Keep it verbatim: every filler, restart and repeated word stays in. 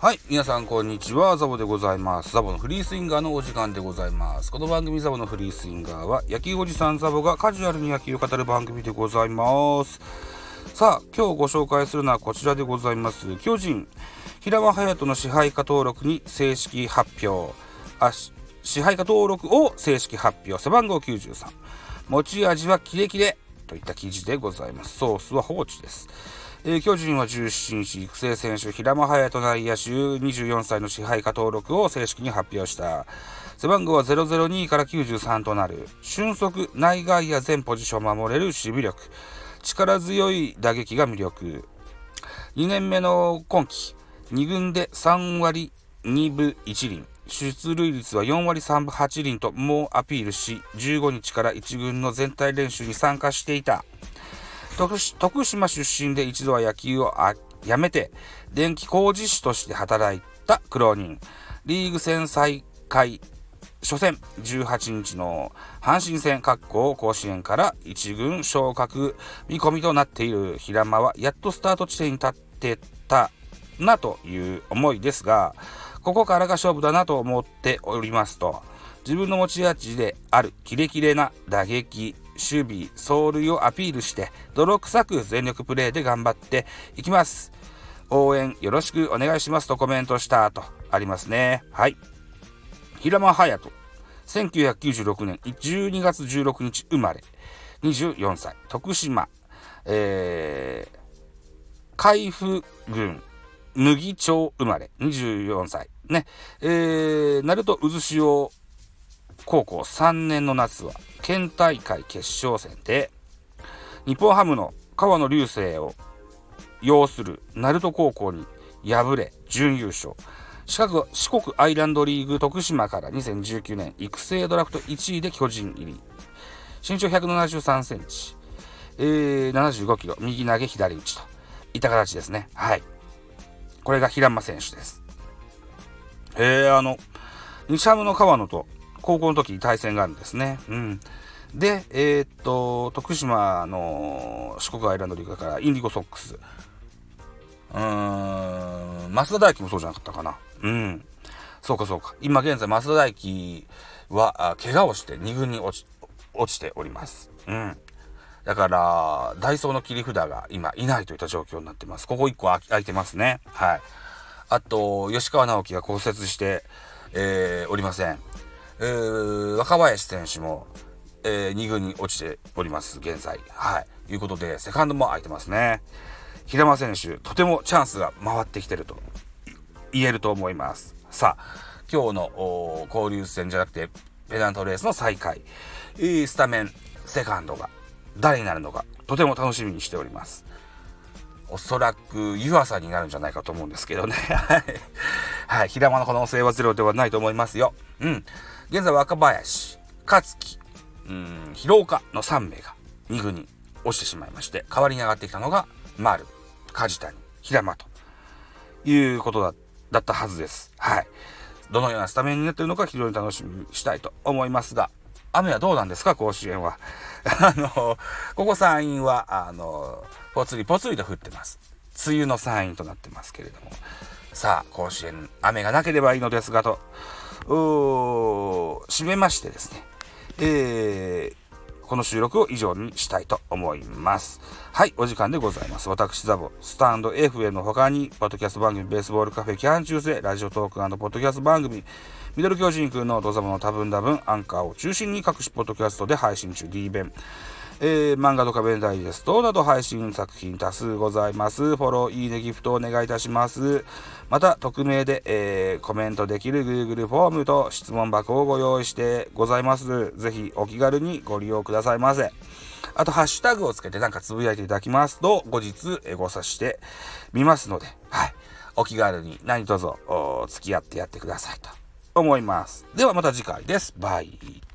はい、皆さんこんにちは、ザボでございます。ザボのフリースインガーのお時間でございます。この番組ザボのフリースインガーは野球おじさんザボがカジュアルに野球を語る番組でございます。さあ、今日ご紹介するのはこちらでございます。巨人平間隼人の支配下登録に正式発表あ支配下登録を正式発表、背番号きゅうじゅうさん、持ち味はキレキレといった記事でございます。ソースは放置です。えー、巨人はじゅうしちにち育成選手平間隼人内野手にじゅうよんさいの支配下登録を正式に発表した。背番号はゼロゼロにからきゅうじゅうさんとなる。俊足、内外野全ポジションを守れる守備力、力強い打撃が魅力。にねんめの今季に軍でさんわりにぶいちりん、出塁率はよんわりさんぶはちりんと猛アピールし、じゅうごにちからいち軍の全体練習に参加していた。徳, 徳島出身で一度は野球をやめて電気工事士として働いた苦労人。リーグ戦再開初戦じゅうはちにちの阪神戦甲子園から一軍昇格見込みとなっている平間はやっとスタート地点に立ってたなという思いですが、ここからが勝負だなと思っておりますと、自分の持ち味であるキレキレな打撃、守備、走塁をアピールして泥臭く全力プレーで頑張っていきます。応援よろしくお願いしますとコメントしたとありますね。はい。平間隼人、せんきゅうひゃくきゅうじゅうろくねんじゅうにがつじゅうろくにち生まれ、にじゅうよんさい、徳島、えー、海部郡麦町生まれ、にじゅうよんさいね。えー、鳴門渦潮高校さんねんの夏は県大会決勝戦で日本ハムの川野流星を擁する鳴門高校に敗れ準優勝。四国、四国アイランドリーグ徳島からにせんじゅうきゅうねん育成ドラフトいちいで巨人入り。身長ひゃくななじゅうさんセンチ、えー、ななじゅうごキロ、右投げ左打ちといった形ですね。はい。これが平間選手です。えー、あの日ハムの川野と高校の時に対戦があるんですね。うん。で、えー、っと、徳島の四国アイランドリーグからインディゴソックス。うーん、増田大輝もそうじゃなかったかな。うん。そうかそうか。今現在増田大輝は怪我をしてに軍に落ち、落ちております。うん。だから、ダイソーの切り札が今いないといった状況になってます。ここいっこ空いてますね。はい。あと、吉川直樹が骨折して、えー、おりません。えー、若林選手も、えー、に軍に落ちております現在。はい。いうことでセカンドも空いてますね。平間選手とてもチャンスが回ってきてると言えると思います。さあ、今日の交流戦じゃなくてペナントレースの再開、えー、スタメンセカンドが誰になるのかとても楽しみにしております。おそらく湯浅になるんじゃないかと思うんですけどね。はい。平間の可能性はゼロではないと思いますよ。うん。現在若林、勝木、うん、広岡のさんめいがに軍に落ちてしまいまして、代わりに上がってきたのが丸、梶谷、平間ということだ、だったはずです。はい。どのようなスタメンになっているのか非常に楽しみにしたいと思いますが、雨はどうなんですか、甲子園は。あの、ここ山陰は、あの、ぽつりぽつりと降ってます。梅雨の山陰となってますけれども。さあ、甲子園、雨がなければいいのですがと、締めましてですね、えー、この収録を以上にしたいと思います。はい、お時間でございます。私ザボ、スタンド エフエム の他にポッドキャスト番組ベースボールカフェキャン中世、ラジオトーク&ポッドキャスト番組ミドル巨人くんのドザボの多分多分アンカーを中心に各種ポッドキャストで配信中。 D 弁、えー、漫画とか弁ダイジェストなど配信作品多数ございます。フォロー、いいね、ギフトお願いいたします。また匿名で、えー、コメントできる Google フォームと質問箱をご用意してございます。ぜひお気軽にご利用くださいませ。あとハッシュタグをつけてなんかつぶやいていただきますと後日ご察してみますので、はい、お気軽に何卒付き合ってやってくださいと思います。ではまた次回です。バイ。